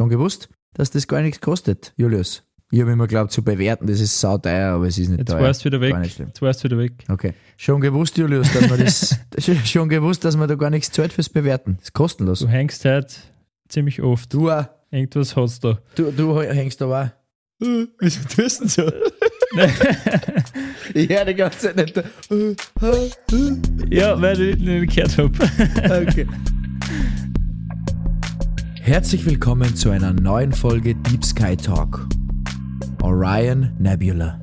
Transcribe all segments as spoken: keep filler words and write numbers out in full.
Schon gewusst, dass das gar nichts kostet, Julius? Ich habe immer geglaubt, zu bewerten, das ist sauteuer, aber es ist nicht Jetzt teuer. warst du wieder weg. Gar nicht schlimm. Jetzt warst du wieder weg. Okay. Schon gewusst, Julius, dass man das schon gewusst, dass man da gar nichts zahlt fürs Bewerten. Das ist kostenlos. Du hängst halt ziemlich oft. Du auch. Irgendwas hast du. Du, du hängst da auch. Wieso tust du so? Ich höre die ganze Zeit nicht. Da. Ja, weil ich nicht gehört habe. Okay. Herzlich willkommen zu einer neuen Folge Deep Sky Talk. Orion Nebula.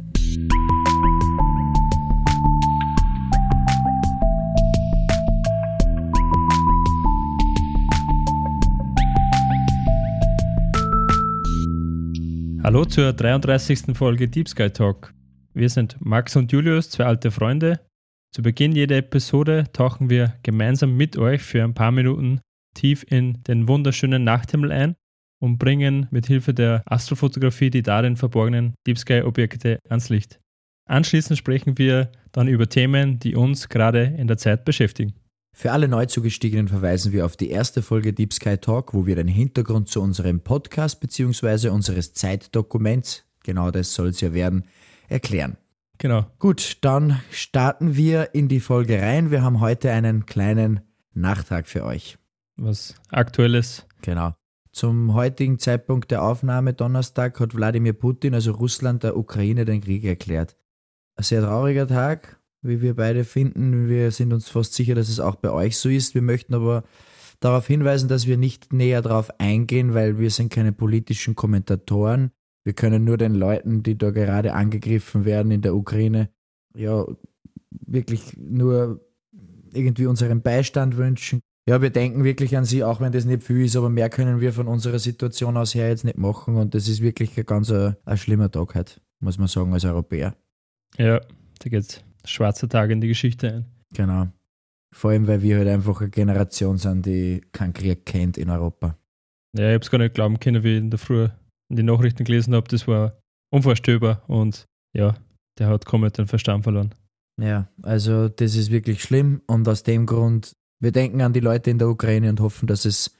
Hallo zur dreiunddreißigsten Folge Deep Sky Talk. Wir sind Max und Julius, zwei alte Freunde. Zu Beginn jeder Episode tauchen wir gemeinsam mit euch für ein paar Minuten tief in den wunderschönen Nachthimmel ein und bringen mit Hilfe der Astrofotografie die darin verborgenen Deep Sky Objekte ans Licht. Anschließend sprechen wir dann über Themen, die uns gerade in der Zeit beschäftigen. Für alle Neuzugestiegenen verweisen wir auf die erste Folge Deep Sky Talk, wo wir den Hintergrund zu unserem Podcast bzw. unseres Zeitdokuments, genau das soll es ja werden, erklären. Genau. Gut, dann starten wir in die Folge rein. Wir haben heute einen kleinen Nachtrag für euch. Was Aktuelles. Genau. Zum heutigen Zeitpunkt der Aufnahme, Donnerstag, hat Wladimir Putin, also Russland, der Ukraine den Krieg erklärt. Ein sehr trauriger Tag, wie wir beide finden. Wir sind uns fast sicher, dass es auch bei euch so ist. Wir möchten aber darauf hinweisen, dass wir nicht näher darauf eingehen, weil wir sind keine politischen Kommentatoren. Wir können nur den Leuten, die da gerade angegriffen werden in der Ukraine, ja, wirklich nur irgendwie unseren Beistand wünschen. Ja, wir denken wirklich an sie, auch wenn das nicht viel ist, aber mehr können wir von unserer Situation aus her jetzt nicht machen und das ist wirklich ein ganz ein, ein schlimmer Tag heute, muss man sagen, als Europäer. Ja, da geht schwarzer Tag in die Geschichte ein. Genau. Vor allem, weil wir halt einfach eine Generation sind, die keinen Krieg kennt in Europa. Ja, ich habe es gar nicht glauben können, wie ich in der Früh in die Nachrichten gelesen habe, das war unvorstellbar und ja, der hat komplett den Verstand verloren. Ja, also das ist wirklich schlimm und aus dem Grund, wir denken an die Leute in der Ukraine und hoffen, dass es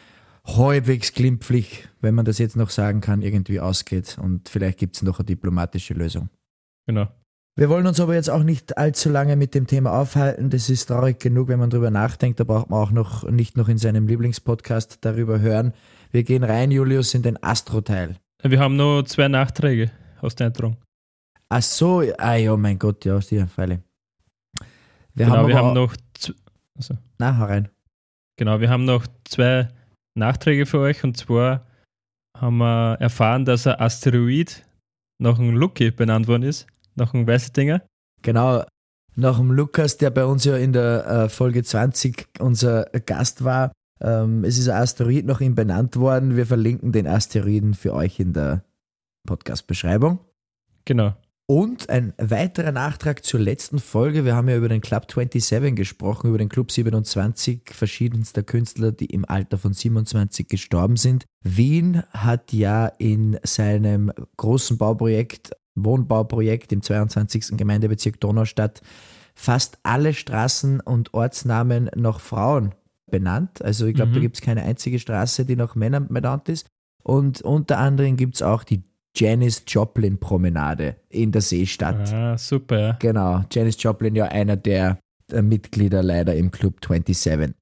halbwegs glimpflich, wenn man das jetzt noch sagen kann, irgendwie ausgeht und vielleicht gibt es noch eine diplomatische Lösung. Genau. Wir wollen uns aber jetzt auch nicht allzu lange mit dem Thema aufhalten. Das ist traurig genug, wenn man darüber nachdenkt. Da braucht man auch noch nicht noch in seinem Lieblingspodcast darüber hören. Wir gehen rein, Julius, in den Astro-Teil. Wir haben noch zwei Nachträge aus der Eintragung. Ach so, ah ja, mein Gott, ja, die Pfeile. Wir genau, haben, wir aber haben noch z- also. Na, hau rein. Genau, wir haben noch zwei Nachträge für euch und zwar haben wir erfahren, dass ein Asteroid nach einem Lucky benannt worden ist, nach einem Weißedinger. Genau, nach dem Lukas, der bei uns ja in der äh, Folge zwanzig unser Gast war. Ähm, es ist ein Asteroid nach ihm benannt worden. Wir verlinken den Asteroiden für euch in der Podcast-Beschreibung. Genau. Und ein weiterer Nachtrag zur letzten Folge. Wir haben ja über den Club siebenundzwanzig gesprochen, über den Club siebenundzwanzig verschiedenster Künstler, die im Alter von siebenundzwanzig gestorben sind. Wien hat ja in seinem großen Bauprojekt, Wohnbauprojekt im zweiundzwanzigsten Gemeindebezirk Donaustadt fast alle Straßen und Ortsnamen nach Frauen benannt. Also ich glaube, mhm. da gibt es keine einzige Straße, die nach Männern benannt ist. Und unter anderem gibt es auch die Janis Joplin Promenade in der Seestadt. Ah, super. Ja. Genau, Janis Joplin ja einer der, der Mitglieder leider im Club siebenundzwanzig.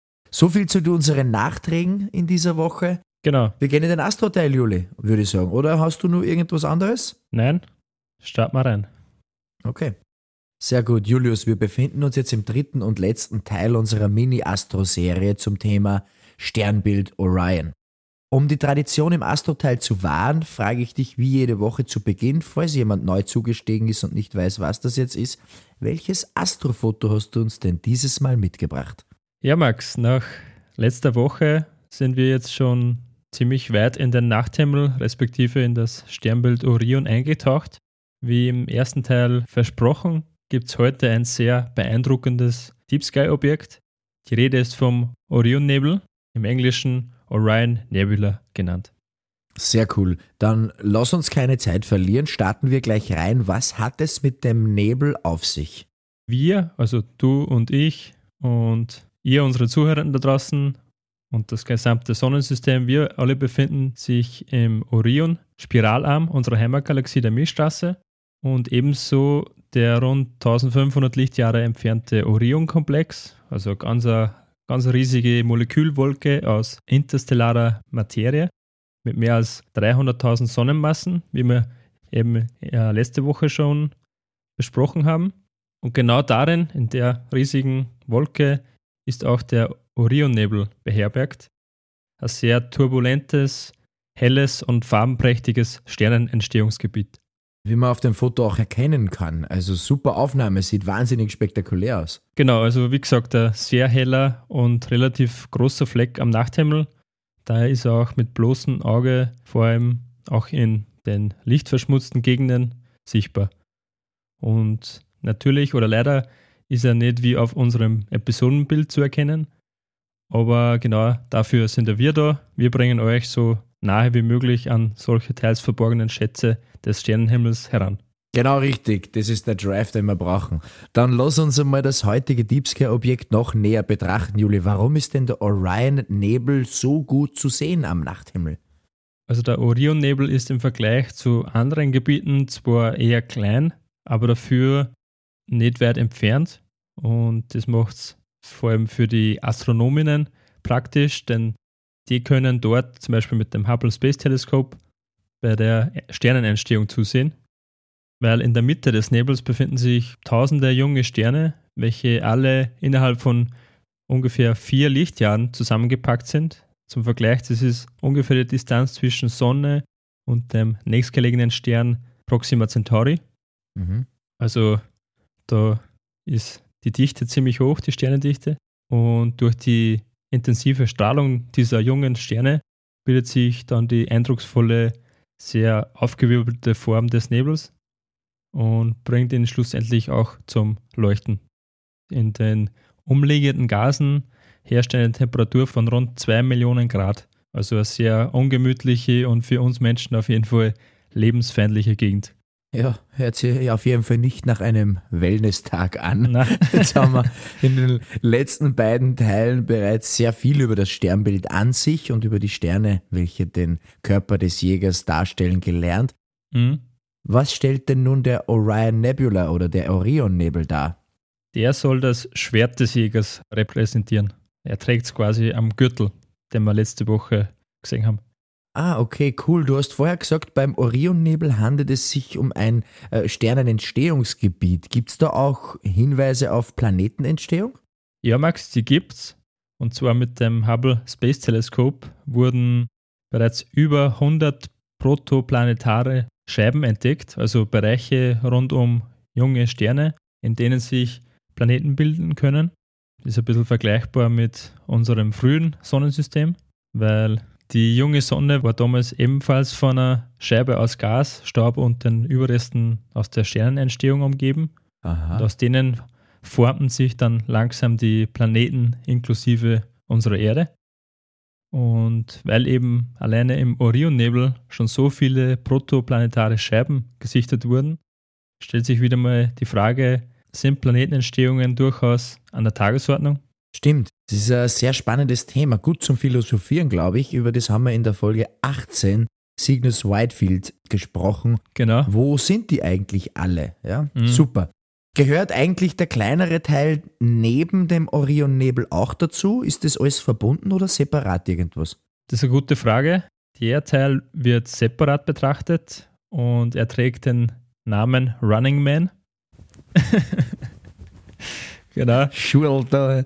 So viel zu unseren Nachträgen in dieser Woche. Genau. Wir gehen in den Astro-Teil, Juli, würde ich sagen. Oder hast du noch irgendwas anderes? Nein, start mal rein. Okay. Sehr gut, Julius, wir befinden uns jetzt im dritten und letzten Teil unserer Mini-Astro-Serie zum Thema Sternbild Orion. Um die Tradition im Astro-Teil zu wahren, frage ich dich wie jede Woche zu Beginn, falls jemand neu zugestiegen ist und nicht weiß, was das jetzt ist, welches Astrofoto hast du uns denn dieses Mal mitgebracht? Ja, Max, nach letzter Woche sind wir jetzt schon ziemlich weit in den Nachthimmel, respektive in das Sternbild Orion eingetaucht. Wie im ersten Teil versprochen, gibt es heute ein sehr beeindruckendes Deep Sky Objekt. Die Rede ist vom Orion-Nebel, im Englischen Orion Nebula genannt. Sehr cool. Dann lass uns keine Zeit verlieren, starten wir gleich rein. Was hat es mit dem Nebel auf sich? Wir, also du und ich und ihr, unsere Zuhörer da draußen, Und das gesamte Sonnensystem, wir alle befinden sich im Orion, Spiralarm unserer Heimatgalaxie der Milchstraße und ebenso der rund eintausendfünfhundert Lichtjahre entfernte Orion-Komplex, also ganz eine ganz riesige Molekülwolke aus interstellarer Materie mit mehr als dreihunderttausend Sonnenmassen, wie wir eben äh, letzte Woche schon besprochen haben. Und genau darin, in der riesigen Wolke, ist auch der Orionnebel beherbergt. Ein sehr turbulentes, helles und farbenprächtiges Sternenentstehungsgebiet. Wie man auf dem Foto auch erkennen kann. Also super Aufnahme, sieht wahnsinnig spektakulär aus. Genau, also wie gesagt, ein sehr heller und relativ großer Fleck am Nachthimmel. Daher ist er auch mit bloßem Auge, vor allem auch in den lichtverschmutzten Gegenden, sichtbar. Und natürlich oder leider ist er nicht wie auf unserem Episodenbild zu erkennen, aber genau dafür sind ja wir da. Wir bringen euch so nahe wie möglich an solche teils verborgenen Schätze des Sternenhimmels heran. Genau richtig, das ist der Drive, den wir brauchen. Dann lass uns einmal das heutige Deepsky-Objekt noch näher betrachten, Juli. Warum ist denn der Orion-Nebel so gut zu sehen am Nachthimmel? Also der Orion-Nebel ist im Vergleich zu anderen Gebieten zwar eher klein, aber dafür nicht weit entfernt. Und das macht es vor allem für die Astronominnen praktisch, denn die können dort zum Beispiel mit dem Hubble Space Telescope bei der Sternenentstehung zusehen, weil in der Mitte des Nebels befinden sich tausende junge Sterne, welche alle innerhalb von ungefähr vier Lichtjahren zusammengepackt sind. Zum Vergleich, das ist ungefähr die Distanz zwischen Sonne und dem nächstgelegenen Stern Proxima Centauri. Mhm. Also da ist die Dichte ziemlich hoch, die Sternendichte. Und durch die intensive Strahlung dieser jungen Sterne bildet sich dann die eindrucksvolle, sehr aufgewirbelte Form des Nebels und bringt ihn schlussendlich auch zum Leuchten. In den umliegenden Gasen herrscht eine Temperatur von rund zwei Millionen Grad. Also eine sehr ungemütliche und für uns Menschen auf jeden Fall lebensfeindliche Gegend. Ja, hört sich auf jeden Fall nicht nach einem Wellness-Tag an. Nein. Jetzt haben wir in den letzten beiden Teilen bereits sehr viel über das Sternbild an sich und über die Sterne, welche den Körper des Jägers darstellen, gelernt. Mhm. Was stellt denn nun der Orion Nebula oder der Orion-Nebel dar? Der soll das Schwert des Jägers repräsentieren. Er trägt es quasi am Gürtel, den wir letzte Woche gesehen haben. Ah, okay, cool. Du hast vorher gesagt, beim Orionnebel handelt es sich um ein äh, Sternenentstehungsgebiet. Gibt es da auch Hinweise auf Planetenentstehung? Ja, Max, die gibt's. Und zwar mit dem Hubble Space Telescope wurden bereits über hundert protoplanetare Scheiben entdeckt, also Bereiche rund um junge Sterne, in denen sich Planeten bilden können. Das ist ein bisschen vergleichbar mit unserem frühen Sonnensystem, weil die junge Sonne war damals ebenfalls von einer Scheibe aus Gas, Staub und den Überresten aus der Sternenentstehung umgeben. Aha. Und aus denen formten sich dann langsam die Planeten inklusive unserer Erde. Und weil eben alleine im Orionnebel schon so viele protoplanetare Scheiben gesichtet wurden, stellt sich wieder mal die Frage, sind Planetenentstehungen durchaus an der Tagesordnung? Stimmt, das ist ein sehr spannendes Thema, gut zum Philosophieren, glaube ich. Über das haben wir in der Folge achtzehn Cygnus Whitefield gesprochen. Genau. Wo sind die eigentlich alle? Ja, Mhm. super. Gehört eigentlich der kleinere Teil neben dem Orionnebel auch dazu? Ist das alles verbunden oder separat irgendwas? Das ist eine gute Frage. Der Teil wird separat betrachtet und er trägt den Namen Running Man. Genau. Schulter.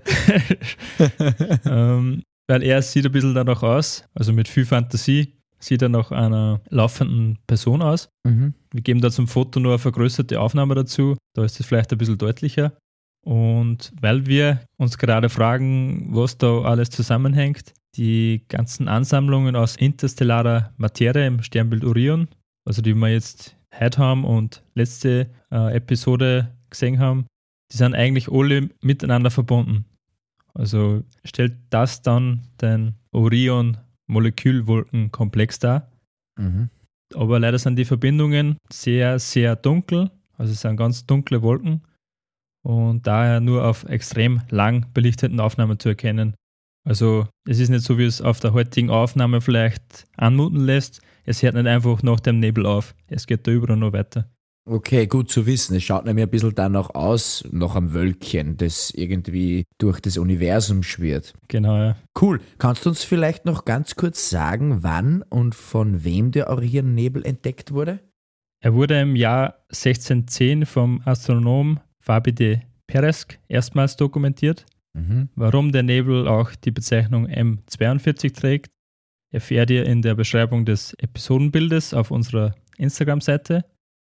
ähm, weil er sieht ein bisschen danach aus, also mit viel Fantasie, sieht er nach einer laufenden Person aus. Mhm. Wir geben da zum Foto nur eine vergrößerte Aufnahme dazu, da ist es vielleicht ein bisschen deutlicher. Und weil wir uns gerade fragen, was da alles zusammenhängt, die ganzen Ansammlungen aus interstellarer Materie im Sternbild Orion, also die wir jetzt heute haben und letzte äh, Episode gesehen haben, die sind eigentlich alle miteinander verbunden. Also stellt das dann den Orion-Molekülwolkenkomplex dar. Mhm. Aber leider sind die Verbindungen sehr, sehr dunkel. Also es sind ganz dunkle Wolken und daher nur auf extrem lang belichteten Aufnahmen zu erkennen. Also es ist nicht so, wie es auf der heutigen Aufnahme vielleicht anmuten lässt. Es hört nicht einfach nach dem Nebel auf. Es geht da überall noch weiter. Okay, gut zu wissen. Es schaut nämlich ein bisschen danach aus, nach einem Wölkchen, das irgendwie durch das Universum schwirrt. Genau, ja. Cool. Kannst du uns vielleicht noch ganz kurz sagen, wann und von wem der Orionnebel entdeckt wurde? Er wurde im Jahr sechzehnhundertzehn vom Astronom Fabi de Peresc erstmals dokumentiert. Mhm. Warum der Nebel auch die Bezeichnung M zweiundvierzig trägt, erfährt ihr in der Beschreibung des Episodenbildes auf unserer Instagram-Seite.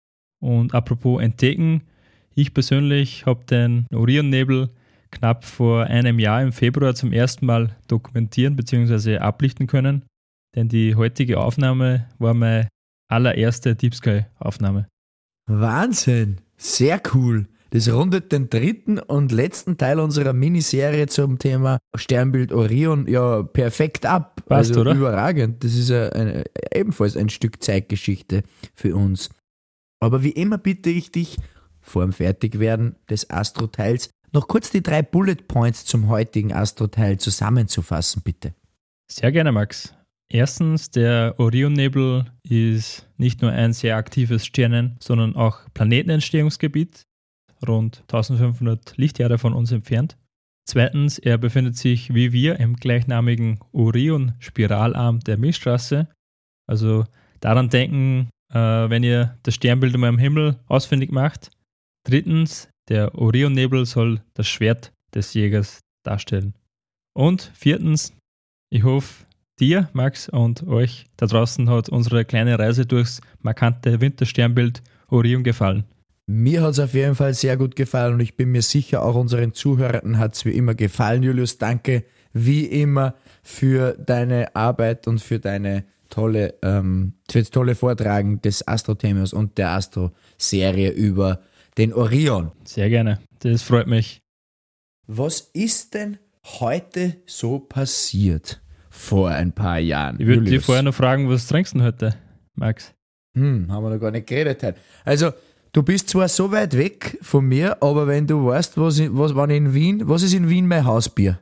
Und apropos entdecken, ich persönlich habe den Orionnebel knapp vor einem Jahr im Februar zum ersten Mal dokumentieren bzw. ablichten können, denn die heutige Aufnahme war meine allererste Deep Sky Aufnahme. Wahnsinn, sehr cool. Das rundet den dritten und letzten Teil unserer Miniserie zum Thema Sternbild Orion ja perfekt ab. Passt, also oder? Überragend. Das ist ja eine, ebenfalls ein Stück Zeitgeschichte für uns. Aber wie immer bitte ich dich, vor dem Fertigwerden des Astro-Teils, noch kurz die drei Bullet Points zum heutigen Astro-Teil zusammenzufassen, bitte. Sehr gerne, Max. Erstens, der Orionnebel ist nicht nur ein sehr aktives Sternen-, sondern auch Planetenentstehungsgebiet, rund eintausendfünfhundert Lichtjahre von uns entfernt. Zweitens, er befindet sich wie wir im gleichnamigen Orion-Spiralarm der Milchstraße. Also daran denken, äh, wenn ihr das Sternbild einmal am Himmel ausfindig macht. Drittens, der Orionnebel soll das Schwert des Jägers darstellen. Und viertens, ich hoffe, dir, Max, und euch da draußen hat unsere kleine Reise durchs markante Wintersternbild Orion gefallen. Mir hat es auf jeden Fall sehr gut gefallen und ich bin mir sicher, auch unseren Zuhörern hat es wie immer gefallen. Julius, danke wie immer für deine Arbeit und für deine tolle, ähm, für das tolle Vortragen des Astro-Themas und der Astro-Serie über den Orion. Sehr gerne, das freut mich. Was ist denn heute so passiert vor ein paar Jahren? Ich würde dich Julius? vorher noch fragen, was trinkst du denn heute, Max? Hm, haben wir noch gar nicht geredet heute. Also, du bist zwar so weit weg von mir, aber wenn du weißt, was, was, wann in Wien, was ist in Wien mein Hausbier?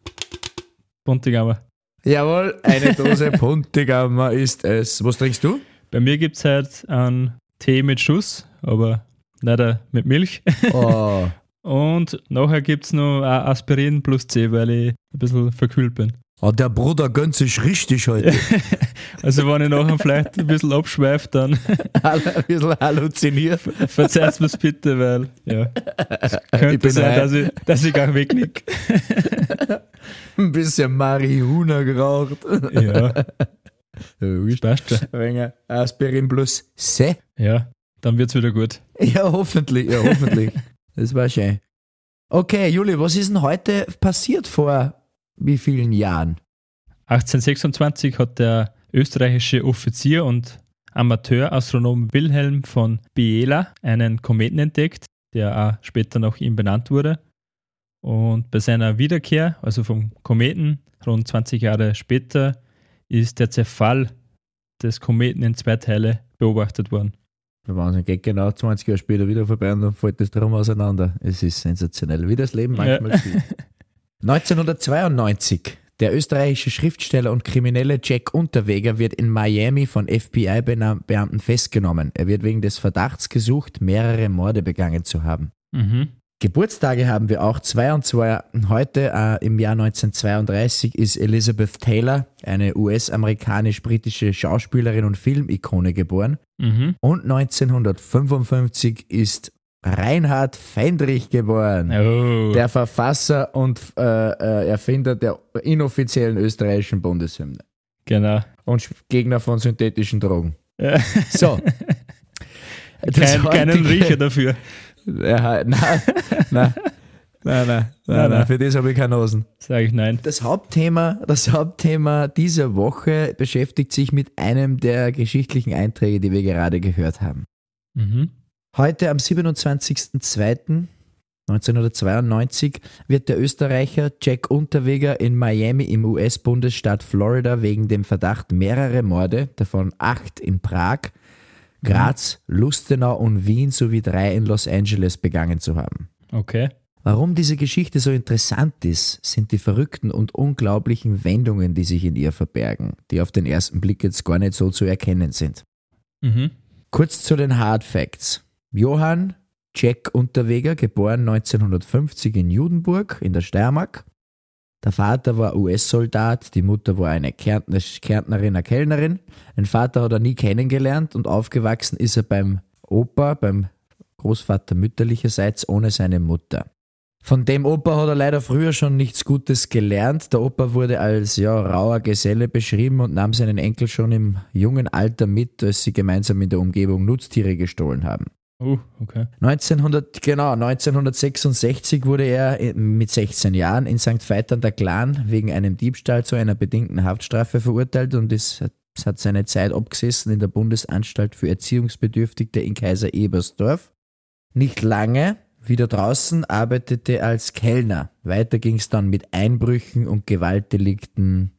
Buntigammer. Jawohl, eine Dose Puntigammer ist es. Was trinkst du? Bei mir gibt es halt einen Tee mit Schuss, aber leider mit Milch. Oh, Und nachher gibt es noch ein Aspirin plus C, weil ich ein bisschen verkühlt bin. oh der Bruder gönnt sich richtig heute. Also wenn ich nachher vielleicht ein bisschen abschweife, dann Ein bisschen halluziniert. verzeiht mir's bitte, weil ja, es könnte Ich bin sein, ein- dass ich, dass ich gar wegnick. Ein bisschen Marihuana geraucht. Ja, Ja, passt schon. ein wenig Aspirin plus C. Ja, dann wird's wieder gut. Ja, hoffentlich, ja, hoffentlich. Das war schön. Okay, Juli, was ist denn heute passiert vor wie vielen Jahren? achtzehnhundertsechsundzwanzig hat der österreichische Offizier und Amateurastronom Wilhelm von Biela einen Kometen entdeckt, der auch später nach ihm benannt wurde. Und bei seiner Wiederkehr, also vom Kometen, rund zwanzig Jahre später, ist der Zerfall des Kometen in zwei Teile beobachtet worden. Der Wahnsinn geht genau zwanzig Jahre später wieder vorbei und dann fällt das drum auseinander. Es ist sensationell, wie das Leben manchmal Ja. spielt. neunzehnhundertzweiundneunzig. Der österreichische Schriftsteller und Kriminelle Jack Unterweger wird in Miami von F B I-Beamten festgenommen. Er wird wegen des Verdachts gesucht, mehrere Morde begangen zu haben. Mhm. Geburtstage haben wir auch zwei und zwar heute äh, im Jahr neunzehnhundertzweiunddreißig ist Elizabeth Taylor, eine U S-amerikanisch-britische Schauspielerin und Filmikone, geboren. Mhm. Und neunzehnhundertfünfundfünfzig ist Reinhard Fendrich geboren. Oh. Der Verfasser und äh, äh, Erfinder der inoffiziellen österreichischen Bundeshymne. Genau. Und Sch- Gegner von synthetischen Drogen. Ja. So. Das Kein, keinen heutige- Riecher dafür. Ja, nein, nein, nein, nein, nein, nein. nein, für das habe ich keine Hosen. Sage ich nein. Das Hauptthema, das Hauptthema dieser Woche beschäftigt sich mit einem der geschichtlichen Einträge, die wir gerade gehört haben. Mhm. Heute am siebenundzwanzigsten zweiten neunzehnhundertzweiundneunzig wird der Österreicher Jack Unterweger in Miami im U S-Bundesstaat Florida wegen dem Verdacht mehrere Morde, davon acht in Prag, Graz, Lustenau und Wien sowie drei in Los Angeles begangen zu haben. Okay. Warum diese Geschichte so interessant ist, sind die verrückten und unglaublichen Wendungen, die sich in ihr verbergen, die auf den ersten Blick jetzt gar nicht so zu erkennen sind. Mhm. Kurz zu den Hard Facts. Johann Jack Unterweger, geboren neunzehnhundertfünfzig in Judenburg in der Steiermark. Der Vater war U S-Soldat, die Mutter war eine Kärntner, Kärntnerin, eine Kellnerin. Den Vater hat er nie kennengelernt und aufgewachsen ist er beim Opa, beim Großvater mütterlicherseits, ohne seine Mutter. Von dem Opa hat er leider früher schon nichts Gutes gelernt. Der Opa wurde als ja, rauer Geselle beschrieben und nahm seinen Enkel schon im jungen Alter mit, als sie gemeinsam in der Umgebung Nutztiere gestohlen haben. Oh, okay. neunzehnhundert, genau, neunzehnhundertsechsundsechzig wurde er mit sechzehn Jahren in Sankt Veit an der Glan wegen einem Diebstahl zu einer bedingten Haftstrafe verurteilt und es hat seine Zeit abgesessen in der Bundesanstalt für Erziehungsbedürftige in Kaiser Ebersdorf. Nicht lange, wieder draußen, arbeitete als Kellner. Weiter ging es dann mit Einbrüchen und Gewaltdelikten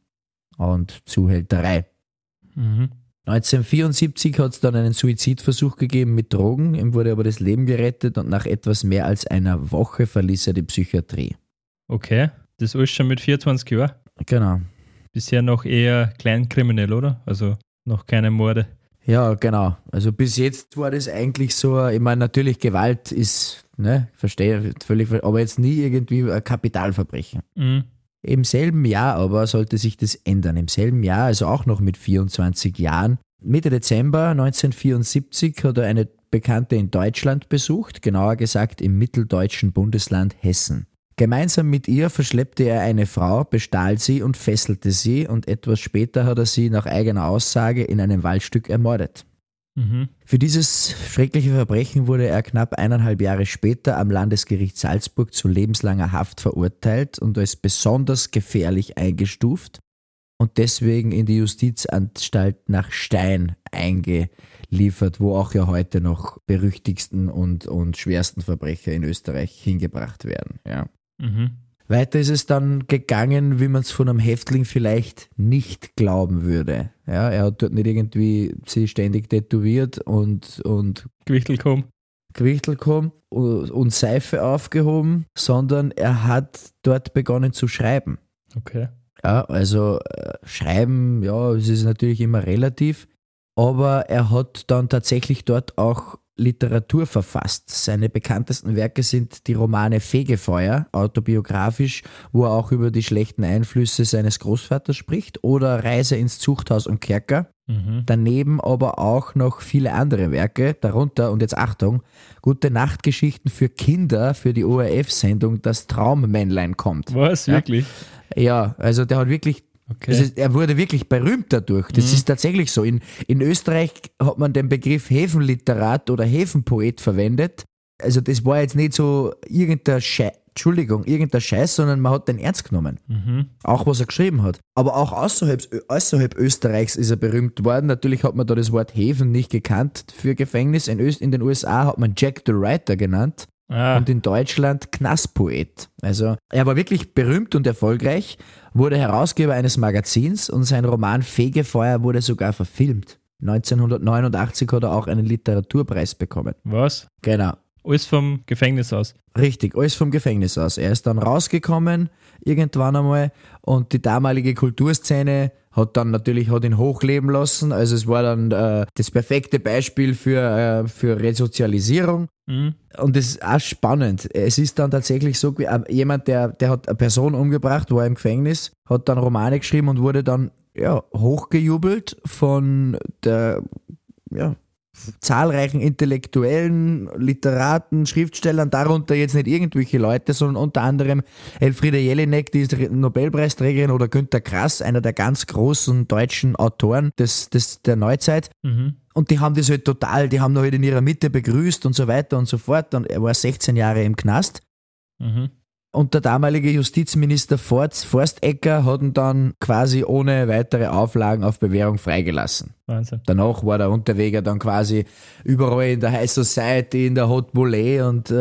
und Zuhälterei. Mhm. neunzehnhundertvierundsiebzig hat es dann einen Suizidversuch gegeben mit Drogen, ihm wurde aber das Leben gerettet und nach etwas mehr als einer Woche verließ er die Psychiatrie. Okay, das alles schon mit vierundzwanzig Jahren? Genau. Bisher noch eher kleinkriminell, oder? Also noch keine Morde. Ja, genau. Also bis jetzt war das eigentlich so, ich meine, natürlich Gewalt ist, ne, verstehe, völlig, aber jetzt nie irgendwie ein Kapitalverbrechen. Mhm. Im selben Jahr aber sollte sich das ändern. Im selben Jahr, also auch noch mit vierundzwanzig Jahren, Mitte Dezember neunzehnhundertvierundsiebzig hat er eine Bekannte in Deutschland besucht, genauer gesagt im mitteldeutschen Bundesland Hessen. Gemeinsam mit ihr verschleppte er eine Frau, bestahl sie und fesselte sie und etwas später hat er sie nach eigener Aussage in einem Waldstück ermordet. Mhm. Für dieses schreckliche Verbrechen wurde er knapp eineinhalb Jahre später am Landesgericht Salzburg zu lebenslanger Haft verurteilt und als besonders gefährlich eingestuft und deswegen in die Justizanstalt nach Stein eingeliefert, wo auch ja heute noch berüchtigsten und, und schwersten Verbrecher in Österreich hingebracht werden. Ja. Mhm. Weiter ist es dann gegangen, wie man es von einem Häftling vielleicht nicht glauben würde. Ja, er hat dort nicht irgendwie sie ständig tätowiert und, und Gewichtel kommen. Gewichtel gehabt und Seife aufgehoben, sondern er hat dort begonnen zu schreiben. Okay. Ja, also äh, schreiben, ja, es ist natürlich immer relativ, aber er hat dann tatsächlich dort auch Literatur verfasst. Seine bekanntesten Werke sind die Romane Fegefeuer, autobiografisch, wo er auch über die schlechten Einflüsse seines Großvaters spricht, oder Reise ins Zuchthaus und Kerker. Mhm. Daneben aber auch noch viele andere Werke, darunter, und jetzt Achtung, Gute Nachtgeschichten für Kinder für die O R F-Sendung Das Traummännlein kommt. Was, ja? wirklich? Ja, also der hat wirklich, Okay. das ist, er wurde wirklich berühmt dadurch. Das Mhm. ist tatsächlich so. In, in Österreich hat man den Begriff Häfenliterat oder Häfenpoet verwendet. Also das war jetzt nicht so irgendein Scheiß, Entschuldigung, irgendein Scheiß, sondern man hat den ernst genommen. Mhm. Auch was er geschrieben hat. Aber auch außerhalb, außerhalb Österreichs ist er berühmt worden. Natürlich hat man da das Wort Häfen nicht gekannt für Gefängnis. In, Öst, in den U S A hat man Jack the Writer genannt. Ah. Und in Deutschland Knastpoet. Also er war wirklich berühmt und erfolgreich, wurde Herausgeber eines Magazins und sein Roman Fegefeuer wurde sogar verfilmt. neunzehnhundertneunundachtzig hat er auch einen Literaturpreis bekommen. Was? Genau. Alles vom Gefängnis aus. Richtig, alles vom Gefängnis aus. Er ist dann rausgekommen, irgendwann einmal, und die damalige Kulturszene hat dann natürlich hat ihn hochleben lassen. Also es war dann äh, das perfekte Beispiel für, äh, für Resozialisierung. Mhm. Und das ist auch spannend. Es ist dann tatsächlich so, äh, jemand, der, der hat eine Person umgebracht, war im Gefängnis, hat dann Romane geschrieben und wurde dann ja, hochgejubelt von der ja, zahlreichen Intellektuellen, Literaten, Schriftstellern, darunter jetzt nicht irgendwelche Leute, sondern unter anderem Elfriede Jelinek, die ist Nobelpreisträgerin, oder Günter Grass, einer der ganz großen deutschen Autoren des, des, der Neuzeit. Mhm. Und die haben das halt total, die haben ihn halt in ihrer Mitte begrüßt und so weiter und so fort. Und er war sechzehn Jahre im Knast. Mhm. Und der damalige Justizminister Forst, Forstecker hat ihn dann quasi ohne weitere Auflagen auf Bewährung freigelassen. Wahnsinn. Danach war der Unterweger dann quasi überall in der High Society, in der Haute Volée und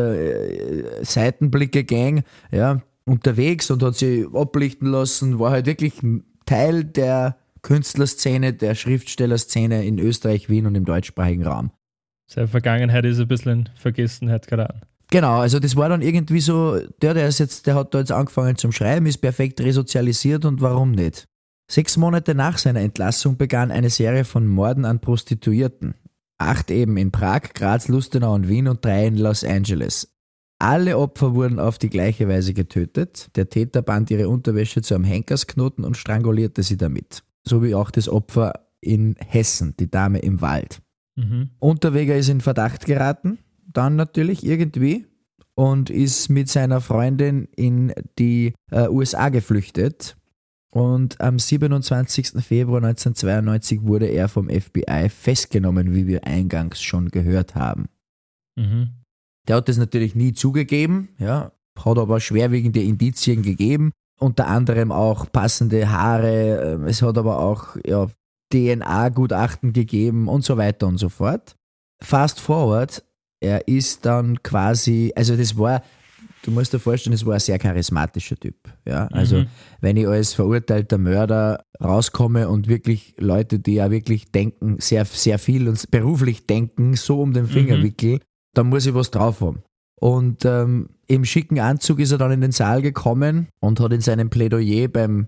äh, Seitenblicke-Gang ja, unterwegs und hat sich ablichten lassen, war halt wirklich Teil der Künstlerszene, der Schriftstellerszene in Österreich, Wien und im deutschsprachigen Raum. Seine Vergangenheit ist ein bisschen in Vergessenheit geraten. Genau, also das war dann irgendwie so, der, der ist jetzt, der hat da jetzt angefangen zum Schreiben, ist perfekt resozialisiert und warum nicht? Sechs Monate nach seiner Entlassung begann eine Serie von Morden an Prostituierten. Acht eben in Prag, Graz, Lustenau und Wien und drei in Los Angeles. Alle Opfer wurden auf die gleiche Weise getötet. Der Täter band ihre Unterwäsche zu einem Henkersknoten und strangulierte sie damit. So wie auch das Opfer in Hessen, die Dame im Wald. Mhm. Unterweger ist in Verdacht geraten, dann natürlich irgendwie, und ist mit seiner Freundin in die äh, U S A geflüchtet. Und am siebenundzwanzigsten Februar neunzehnhundertzweiundneunzig wurde er vom F B I festgenommen, wie wir eingangs schon gehört haben. Mhm. Der hat das natürlich nie zugegeben, ja, hat aber schwerwiegende Indizien gegeben, unter anderem auch passende Haare, es hat aber auch ja, D N A-Gutachten gegeben und so weiter und so fort. Fast forward, er ist dann quasi, also das war, du musst dir vorstellen, das war ein sehr charismatischer Typ. Ja? Also Mhm. wenn ich als verurteilter Mörder rauskomme und wirklich Leute, die ja wirklich denken, sehr, sehr viel und beruflich denken, so um den Finger Mhm. wickel, dann muss ich was drauf haben. Und ähm, im schicken Anzug ist er dann in den Saal gekommen und hat in seinem Plädoyer beim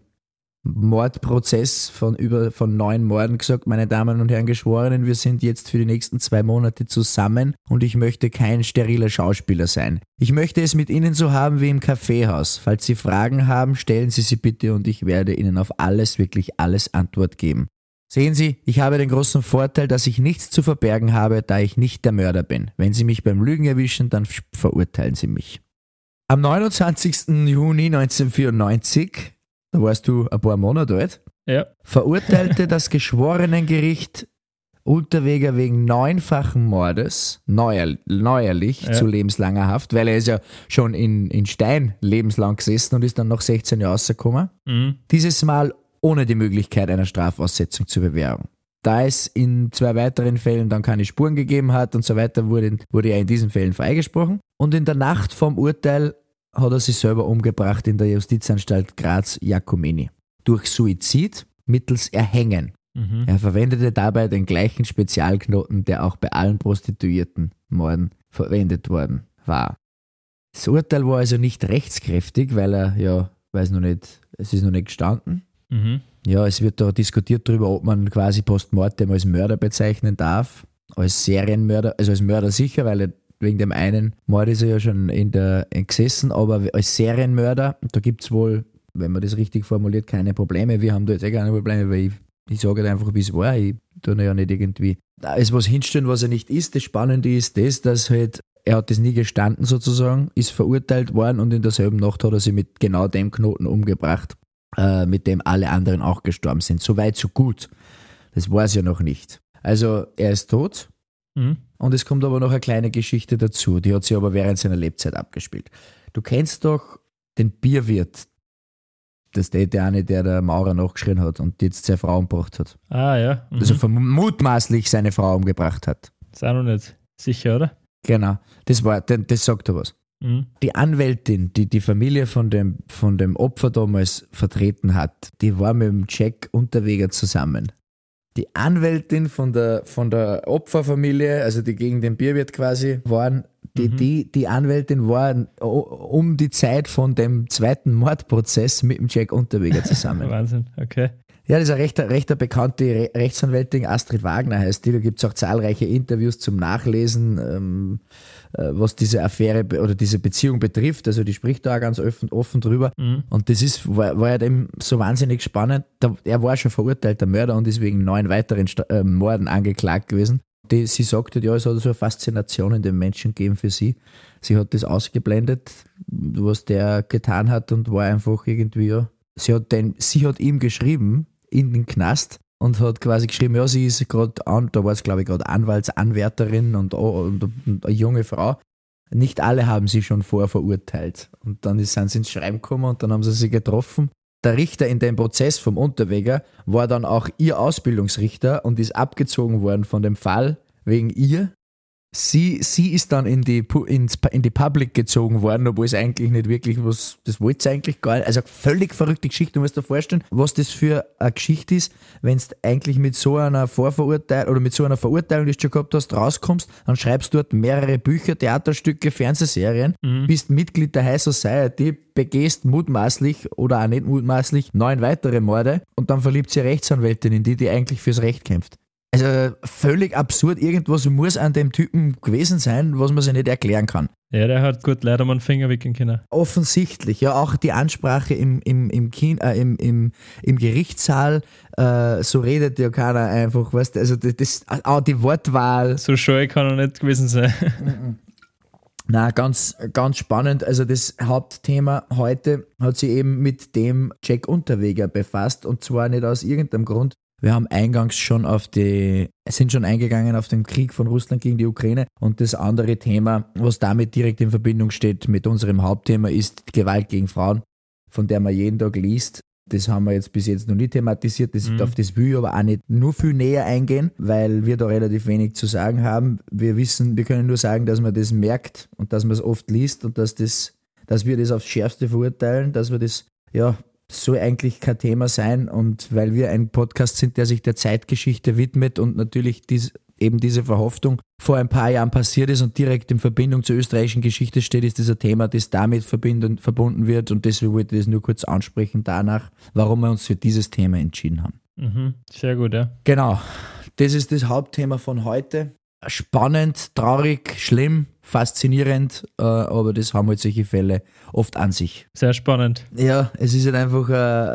Mordprozess von über von neun Morden gesagt, meine Damen und Herren Geschworenen, wir sind jetzt für die nächsten zwei Monate zusammen und ich möchte kein steriler Schauspieler sein. Ich möchte es mit Ihnen so haben wie im Kaffeehaus. Falls Sie Fragen haben, stellen Sie sie bitte und ich werde Ihnen auf alles, wirklich alles Antwort geben. Sehen Sie, ich habe den großen Vorteil, dass ich nichts zu verbergen habe, da ich nicht der Mörder bin. Wenn Sie mich beim Lügen erwischen, dann verurteilen Sie mich. Am neunundzwanzigsten Juni neunzehnhundertvierundneunzig, da warst du ein paar Monate alt, Ja. verurteilte das Geschworenengericht Unterweger wegen neunfachen Mordes, neuer, neuerlich, Ja. zu lebenslanger Haft, weil er ist ja schon in, in Stein lebenslang gesessen und ist dann nach sechzehn Jahren rausgekommen. Mhm. Dieses Mal ohne die Möglichkeit einer Strafaussetzung zur Bewährung. Da es in zwei weiteren Fällen dann keine Spuren gegeben hat und so weiter, wurde, wurde er in diesen Fällen freigesprochen. Und in der Nacht vom Urteil hat er sich selber umgebracht in der Justizanstalt Graz-Jacomini. Durch Suizid mittels Erhängen. Mhm. Er verwendete dabei den gleichen Spezialknoten, der auch bei allen Prostituiertenmorden verwendet worden war. Das Urteil war also nicht rechtskräftig, weil er, ja, weiß noch nicht, es ist noch nicht gestanden. Mhm. Ja, es wird da diskutiert darüber, ob man quasi postmortem als Mörder bezeichnen darf, als Serienmörder, also als Mörder sicher, weil er wegen dem einen Mord ist er ja schon in der in gesessen, aber als Serienmörder, da gibt es wohl, wenn man das richtig formuliert, keine Probleme. Wir haben da jetzt eh keine Probleme, weil ich, ich sage halt einfach, wie es war. Ich tue ja nicht irgendwie alles was hinstellen, was er nicht ist. Das Spannende ist das, dass halt, er hat das nie gestanden sozusagen, ist verurteilt worden und in derselben Nacht hat er sich mit genau dem Knoten umgebracht, äh, mit dem alle anderen auch gestorben sind. So weit, so gut. Das war es ja noch nicht. Also er ist tot. Mhm. Und es kommt aber noch eine kleine Geschichte dazu, die hat sich aber während seiner Lebzeit abgespielt. Du kennst doch den Bierwirt, das ist der eine, der der Maurer nachgeschrien hat und jetzt seine Frau umgebracht hat. Ah, ja. Mhm. Also vermutmaßlich seine Frau umgebracht hat. Ist auch noch nicht sicher, oder? Genau, das war, das sagt er was. Mhm. Die Anwältin, die die Familie von dem, von dem Opfer damals vertreten hat, die war mit dem Jack Unterweger zusammen. Die Anwältin von der, von der Opferfamilie, also die gegen den Bierwirt quasi waren, die, Mhm. die, die Anwältin war um die Zeit von dem zweiten Mordprozess mit dem Jack Unterweger zusammen. Wahnsinn, okay. Ja, das ist eine recht, recht bekannte Re- Rechtsanwältin, Astrid Wagner heißt die. Da gibt es auch zahlreiche Interviews zum Nachlesen, ähm, äh, was diese Affäre be- oder diese Beziehung betrifft. Also die spricht da auch ganz offen, offen drüber. Mhm. Und das ist, war, war ja dem so wahnsinnig spannend. Da, er war schon verurteilter Mörder und ist wegen neun weiteren Sta- äh, Morden angeklagt gewesen. Die, sie sagte, ja, es hat so eine Faszination in dem Menschen gegeben für sie. Sie hat das ausgeblendet, was der getan hat und war einfach irgendwie, ja. Sie hat, den, sie hat ihm geschrieben in den Knast und hat quasi geschrieben, ja, sie ist gerade an, da war es glaube ich gerade Anwaltsanwärterin und, und, und eine junge Frau. Nicht alle haben sie schon vor verurteilt. Und dann ist, sind sie ins Schreiben gekommen und dann haben sie sie getroffen. Der Richter in dem Prozess vom Unterweger war dann auch ihr Ausbildungsrichter und ist abgezogen worden von dem Fall wegen ihr. Sie, sie ist dann in die, ins, in die Public gezogen worden, obwohl es eigentlich nicht wirklich was, das wollte sie eigentlich gar nicht. Also völlig verrückte Geschichte. Du musst dir vorstellen, was das für eine Geschichte ist, wenn du eigentlich mit so einer Vorverurteilung oder mit so einer Verurteilung, die du schon gehabt hast, rauskommst, dann schreibst du dort mehrere Bücher, Theaterstücke, Fernsehserien, mhm. bist Mitglied der High Society, begehst mutmaßlich oder auch nicht mutmaßlich neun weitere Morde und dann verliebt sie eine Rechtsanwältin in die, die eigentlich fürs Recht kämpft. Also völlig absurd, irgendwas muss an dem Typen gewesen sein, was man sich nicht erklären kann. Ja, der hat gut leider mal einen Finger wickeln können. Offensichtlich, ja, auch die Ansprache im, im, im, Kino, äh, im, im, im Gerichtssaal, äh, so redet ja keiner einfach, weißt du, also das, das, auch die Wortwahl. So scheu kann er nicht gewesen sein. Na, ganz, ganz spannend. Also das Hauptthema heute hat sich eben mit dem Jack Unterweger befasst und zwar nicht aus irgendeinem Grund. Wir haben eingangs schon auf die, sind schon eingegangen auf den Krieg von Russland gegen die Ukraine und das andere Thema, was damit direkt in Verbindung steht mit unserem Hauptthema, ist Gewalt gegen Frauen, von der man jeden Tag liest. Das haben wir jetzt bis jetzt noch nie thematisiert, das, mhm. auf das will ich aber auch nicht nur viel näher eingehen, weil wir da relativ wenig zu sagen haben. Wir wissen, wir können nur sagen, dass man das merkt und dass man es oft liest und dass, das, dass wir das aufs Schärfste verurteilen, dass wir das, ja, soll eigentlich kein Thema sein und weil wir ein Podcast sind, der sich der Zeitgeschichte widmet und natürlich dies, eben diese Verhaftung vor ein paar Jahren passiert ist und direkt in Verbindung zur österreichischen Geschichte steht, ist dieser Thema, das damit verbinden, verbunden wird und deswegen wollte ich das nur kurz ansprechen danach, warum wir uns für dieses Thema entschieden haben. Mhm, sehr gut, ja. Genau, das ist das Hauptthema von heute. Spannend, traurig, schlimm, faszinierend, äh, aber das haben halt solche Fälle oft an sich. Sehr spannend. Ja, es ist halt einfach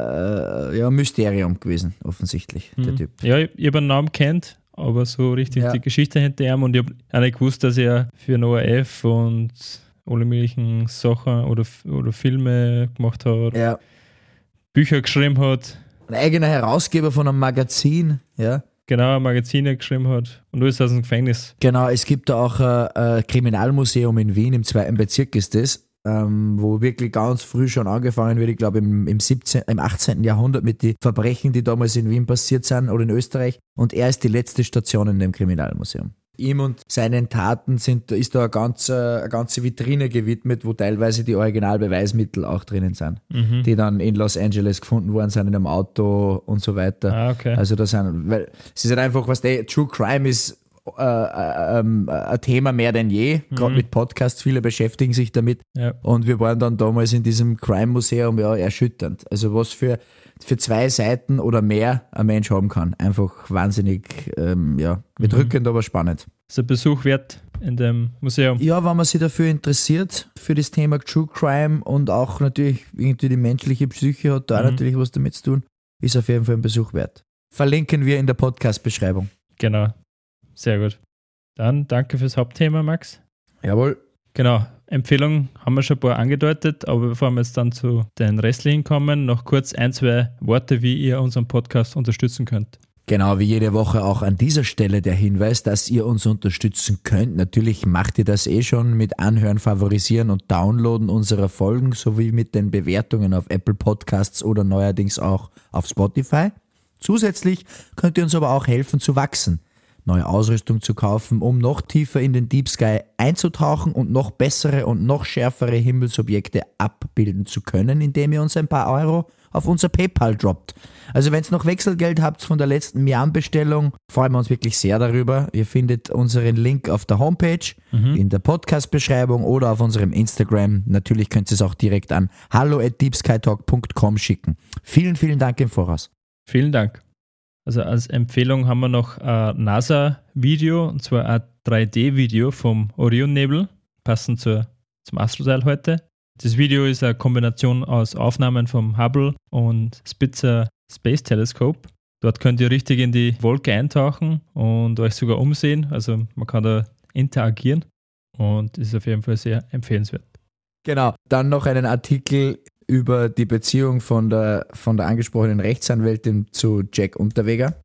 ein, äh, ja, ein Mysterium gewesen, offensichtlich, hm. der Typ. Ja, ich, ich habe einen Namen kennt, aber so richtig ja. die Geschichte hinter ihm und ich habe auch nicht gewusst, dass er für den O R F und alle möglichen Sachen oder, oder Filme gemacht hat, ja. Bücher geschrieben hat. Ein eigener Herausgeber von einem Magazin, ja. Genau, ein Magazin geschrieben hat und alles aus dem Gefängnis. Genau, es gibt da auch ein, ein Kriminalmuseum in Wien, im zweiten Bezirk ist das, ähm, wo wirklich ganz früh schon angefangen wird, ich glaube im, im, siebzehnten, im achtzehnten Jahrhundert mit den Verbrechen, die damals in Wien passiert sind oder in Österreich und er ist die letzte Station in dem Kriminalmuseum. Ihm und seinen Taten sind, ist da eine ganze, eine ganze Vitrine gewidmet, wo teilweise die Originalbeweismittel auch drinnen sind, mhm. die dann in Los Angeles gefunden worden sind, in einem Auto und so weiter. Ah, okay. Also da sind, weil es ist halt einfach, was der True Crime ist, äh, äh, äh, ein Thema mehr denn je, mhm. gerade mit Podcasts, viele beschäftigen sich damit ja. und wir waren dann damals in diesem Crime-Museum, ja, erschütternd. Also was für für zwei Seiten oder mehr ein Mensch haben kann. Einfach wahnsinnig, ähm, ja, bedrückend, mhm. aber spannend. Ist ein Besuch wert in dem Museum? Ja, wenn man sich dafür interessiert, für das Thema True Crime und auch natürlich irgendwie die menschliche Psyche hat da mhm. natürlich was damit zu tun, ist auf jeden Fall ein Besuch wert. Verlinken wir in der Podcast-Beschreibung. Genau, sehr gut. Dann danke fürs Hauptthema, Max. Jawohl. Genau. Empfehlungen haben wir schon ein paar angedeutet, aber bevor wir jetzt dann zu den restlichen kommen, noch kurz ein, zwei Worte, wie ihr unseren Podcast unterstützen könnt. Genau, wie jede Woche auch an dieser Stelle der Hinweis, dass ihr uns unterstützen könnt. Natürlich macht ihr das eh schon mit Anhören, Favorisieren und Downloaden unserer Folgen sowie mit den Bewertungen auf Apple Podcasts oder neuerdings auch auf Spotify. Zusätzlich könnt ihr uns aber auch helfen zu wachsen, neue Ausrüstung zu kaufen, um noch tiefer in den Deep Sky einzutauchen und noch bessere und noch schärfere Himmelsobjekte abbilden zu können, indem ihr uns ein paar Euro auf unser PayPal droppt. Also wenn ihr noch Wechselgeld habt von der letzten Miam-Bestellung, freuen wir uns wirklich sehr darüber. Ihr findet unseren Link auf der Homepage, mhm. in der Podcast-Beschreibung oder auf unserem Instagram. Natürlich könnt ihr es auch direkt an hallo at deepskytalk punkt com schicken. Vielen, vielen Dank im Voraus. Vielen Dank. Also als Empfehlung haben wir noch ein NASA-Video, und zwar ein drei D-Video vom Orionnebel, passend zur, zum Astroteil heute. Das Video ist eine Kombination aus Aufnahmen vom Hubble und Spitzer Space Telescope. Dort könnt ihr richtig in die Wolke eintauchen und euch sogar umsehen. Also man kann da interagieren und ist auf jeden Fall sehr empfehlenswert. Genau, dann noch einen Artikel über die Beziehung von der, von der angesprochenen Rechtsanwältin zu Jack Unterweger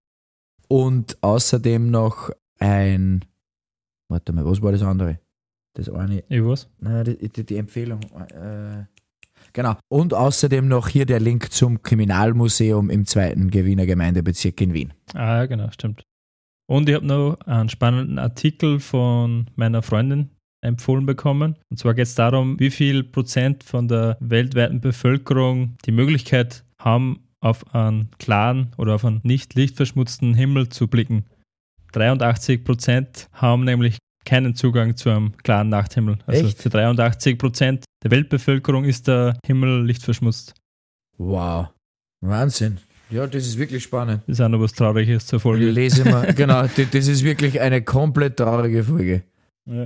und außerdem noch ein, warte mal, was war das andere? Das eine. Ich was? Nein, die, die, die Empfehlung. Äh, genau. Und außerdem noch hier der Link zum Kriminalmuseum im zweiten Wiener Gemeindebezirk in Wien. Ah, ja, genau, stimmt. Und ich habe noch einen spannenden Artikel von meiner Freundin empfohlen bekommen. Und zwar geht es darum, wie viel Prozent von der weltweiten Bevölkerung die Möglichkeit haben, auf einen klaren oder auf einen nicht lichtverschmutzten Himmel zu blicken. dreiundachtzig Prozent haben nämlich keinen Zugang zu einem klaren Nachthimmel. Also Echt? für dreiundachtzig Prozent der Weltbevölkerung ist der Himmel lichtverschmutzt. Wow. Wahnsinn. Ja, das ist wirklich spannend. Das ist auch noch was Trauriges zur Folge. Lese mal, genau, das das ist wirklich eine komplett traurige Folge. Ja.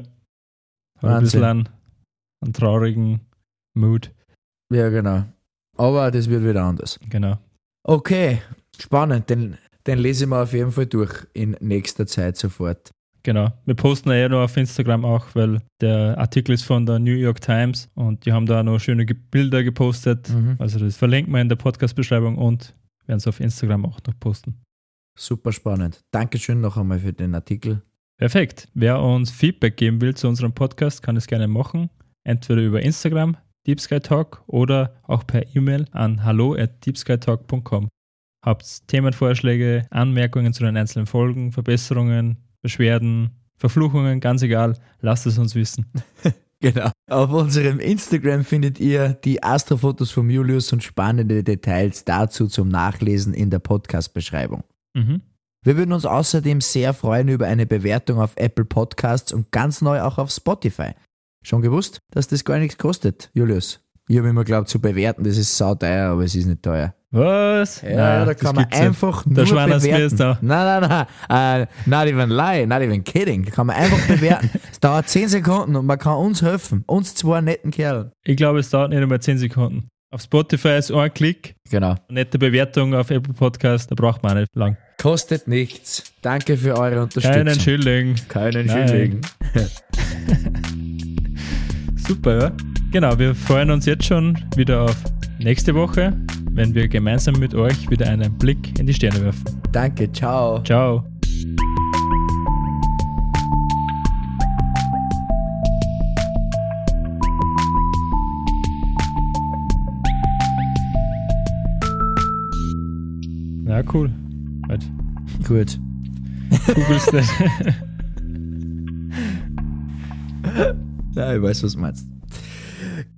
Ein bisschen einen, einen traurigen Mood. Ja, genau. Aber das wird wieder anders. Genau. Okay, spannend. Den, den lese ich mir auf jeden Fall durch in nächster Zeit sofort. Genau. Wir posten ja noch auf Instagram auch, weil der Artikel ist von der New York Times und die haben da noch schöne Ge- Bilder gepostet. Mhm. Also das verlinken wir in der Podcast-Beschreibung und werden es auf Instagram auch noch posten. Super spannend. Dankeschön noch einmal für den Artikel. Perfekt. Wer uns Feedback geben will zu unserem Podcast, kann es gerne machen. Entweder über Instagram, Deep Sky Talk, oder auch per E-Mail an hallo at deepskytalk punkt com. Habt Themenvorschläge, Anmerkungen zu den einzelnen Folgen, Verbesserungen, Beschwerden, Verfluchungen, ganz egal, lasst es uns wissen. Genau. Auf unserem Instagram findet ihr die Astrofotos von Julius und spannende Details dazu zum Nachlesen in der Podcast-Beschreibung. Mhm. Wir würden uns außerdem sehr freuen über eine Bewertung auf Apple Podcasts und ganz neu auch auf Spotify. Schon gewusst, dass das gar nichts kostet, Julius? Ich habe immer geglaubt, zu bewerten, das ist sauteuer, aber es ist nicht teuer. Was? Ja, Nein, da kann man einfach nicht. nur Der Schwan bewerten. ist da. Nein, nein, nein, uh, not even lie, not even kidding. Da kann man einfach bewerten. Es dauert zehn Sekunden und man kann uns helfen, uns zwei netten Kerlen. Ich glaube, es dauert nicht einmal zehn Sekunden. Auf Spotify ist ein Klick, Genau. eine nette Bewertung auf Apple Podcast, da braucht man auch nicht lang. Kostet nichts. Danke für eure Unterstützung. Keinen Schilling. Keinen Nein. Schilling. Super, ja? Genau, wir freuen uns jetzt schon wieder auf nächste Woche, wenn wir gemeinsam mit euch wieder einen Blick in die Sterne werfen. Danke, ciao. Ciao. Ja, cool. Halt. Gut. Googelst nicht. Ja, ich weiß, was du meinst.